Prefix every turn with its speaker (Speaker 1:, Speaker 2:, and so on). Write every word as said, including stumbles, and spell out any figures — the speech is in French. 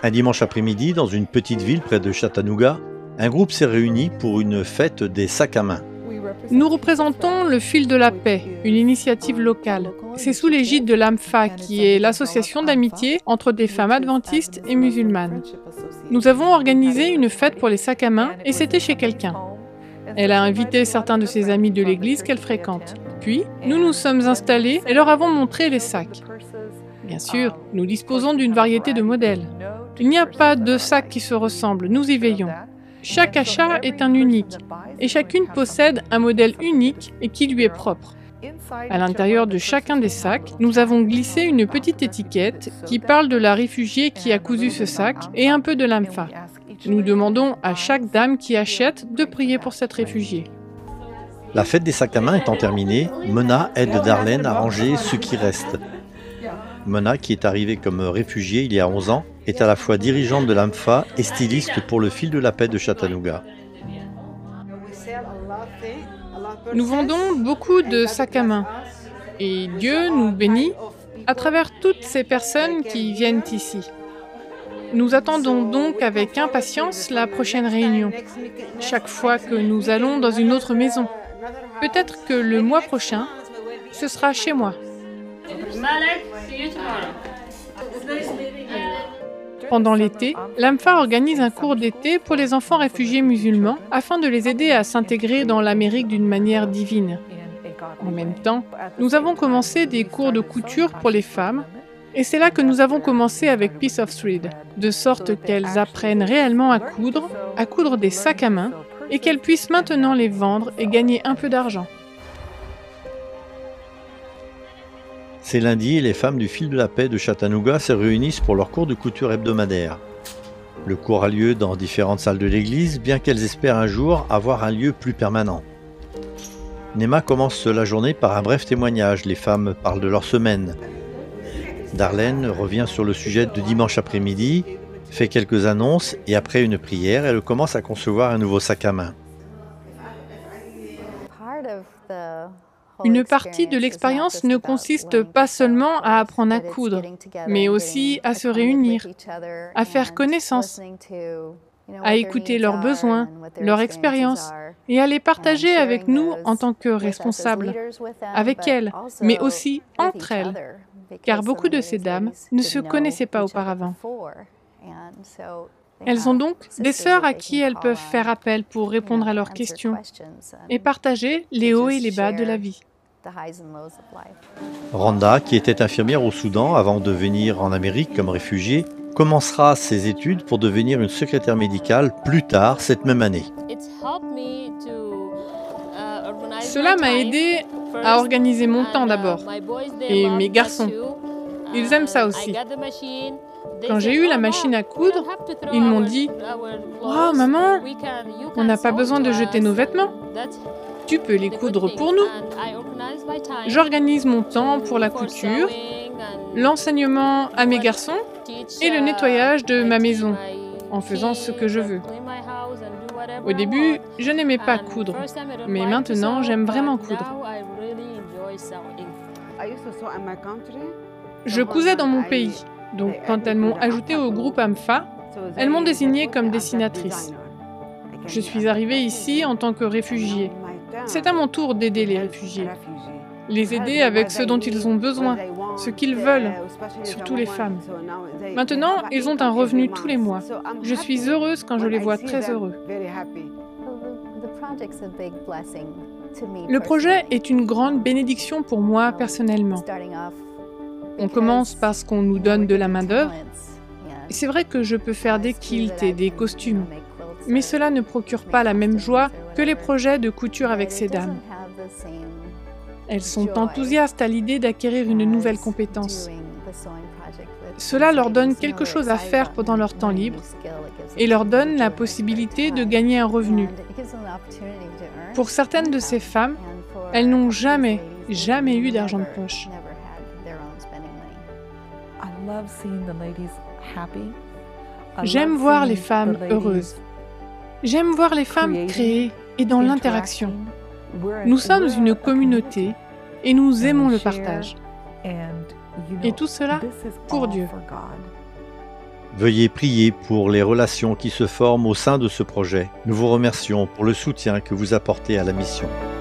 Speaker 1: Un dimanche après-midi, dans une petite ville près de Chattanooga, un groupe s'est réuni pour une fête des sacs à main.
Speaker 2: Nous représentons le Fil de la Paix, une initiative locale. C'est sous l'égide de l'A M F A, qui est l'association d'amitié entre des femmes adventistes et musulmanes. Nous avons organisé une fête pour les sacs à main et c'était chez quelqu'un. Elle a invité certains de ses amis de l'église qu'elle fréquente. Puis, nous nous sommes installés et leur avons montré les sacs. Bien sûr, nous disposons d'une variété de modèles. Il n'y a pas de sacs qui se ressemblent, nous y veillons. Chaque achat est un unique, et chacune possède un modèle unique et qui lui est propre. À l'intérieur de chacun des sacs, nous avons glissé une petite étiquette qui parle de la réfugiée qui a cousu ce sac et un peu de l'A M F A. Nous demandons à chaque dame qui achète de prier pour cette réfugiée.
Speaker 1: La fête des sacs à main étant terminée, Mona aide Darlene à ranger ce qui reste. Mona, qui est arrivée comme réfugiée il y a onze ans, est à la fois dirigeante de l'A M F A et styliste pour le Fil de la Paix de Chattanooga.
Speaker 2: Nous vendons beaucoup de sacs à main et Dieu nous bénit à travers toutes ces personnes qui viennent ici. Nous attendons donc avec impatience la prochaine réunion, chaque fois que nous allons dans une autre maison. Peut-être que le mois prochain, ce sera chez moi. Pendant l'été, l'A M F A organise un cours d'été pour les enfants réfugiés musulmans afin de les aider à s'intégrer dans l'Amérique d'une manière divine. En même temps, nous avons commencé des cours de couture pour les femmes et c'est là que nous avons commencé avec Piece of Thread, de sorte qu'elles apprennent réellement à coudre, à coudre des sacs à main et qu'elles puissent maintenant les vendre et gagner un peu d'argent.
Speaker 1: C'est lundi et les femmes du Fil de la Paix de Chattanooga se réunissent pour leur cours de couture hebdomadaire. Le cours a lieu dans différentes salles de l'église, bien qu'elles espèrent un jour avoir un lieu plus permanent. Nema commence la journée par un bref témoignage. Les femmes parlent de leur semaine. Darlene revient sur le sujet de dimanche après-midi, fait quelques annonces et après une prière, elle commence à concevoir un nouveau sac à main.
Speaker 2: Une partie de l'expérience ne consiste pas seulement à apprendre à coudre, mais aussi à se réunir, à faire connaissance, à écouter leurs besoins, leurs expériences, et à les partager avec nous en tant que responsables, avec elles, mais aussi entre elles, car beaucoup de ces dames ne se connaissaient pas auparavant. Elles ont donc des sœurs à qui elles peuvent faire appel pour répondre à leurs questions et partager les hauts et les bas de la vie.
Speaker 1: Rhonda, qui était infirmière au Soudan avant de venir en Amérique comme réfugiée, commencera ses études pour devenir une secrétaire médicale plus tard cette même année.
Speaker 2: Cela m'a aidé à organiser mon temps d'abord, et mes garçons. Ils aiment ça aussi. Quand j'ai eu la machine à coudre, ils m'ont dit « Oh maman, on n'a pas besoin de jeter nos vêtements. Tu peux les coudre pour nous. » J'organise mon temps pour la couture, l'enseignement à mes garçons et le nettoyage de ma maison, en faisant ce que je veux. Au début, je n'aimais pas coudre, mais maintenant, j'aime vraiment coudre. Je cousais dans mon pays, donc quand elles m'ont ajoutée au groupe A M F A, elles m'ont désignée comme dessinatrice. Je suis arrivée ici en tant que réfugiée. C'est à mon tour d'aider les réfugiés, les aider avec ce dont ils ont besoin, ce qu'ils veulent, surtout les femmes. Maintenant, ils ont un revenu tous les mois. Je suis heureuse quand je les vois très heureux. Le projet est une grande bénédiction pour moi personnellement. On commence parce qu'on nous donne de la main-d'œuvre. C'est vrai que je peux faire des kilts et des costumes, mais cela ne procure pas la même joie que les projets de couture avec ces dames. Elles sont enthousiastes à l'idée d'acquérir une nouvelle compétence. Cela leur donne quelque chose à faire pendant leur temps libre et leur donne la possibilité de gagner un revenu. Pour certaines de ces femmes, elles n'ont jamais, jamais eu d'argent de poche. J'aime voir les femmes heureuses. J'aime voir les femmes créer et dans l'interaction. Nous sommes une communauté et nous aimons le partage. Et tout cela pour Dieu.
Speaker 1: Veuillez prier pour les relations qui se forment au sein de ce projet. Nous vous remercions pour le soutien que vous apportez à la mission.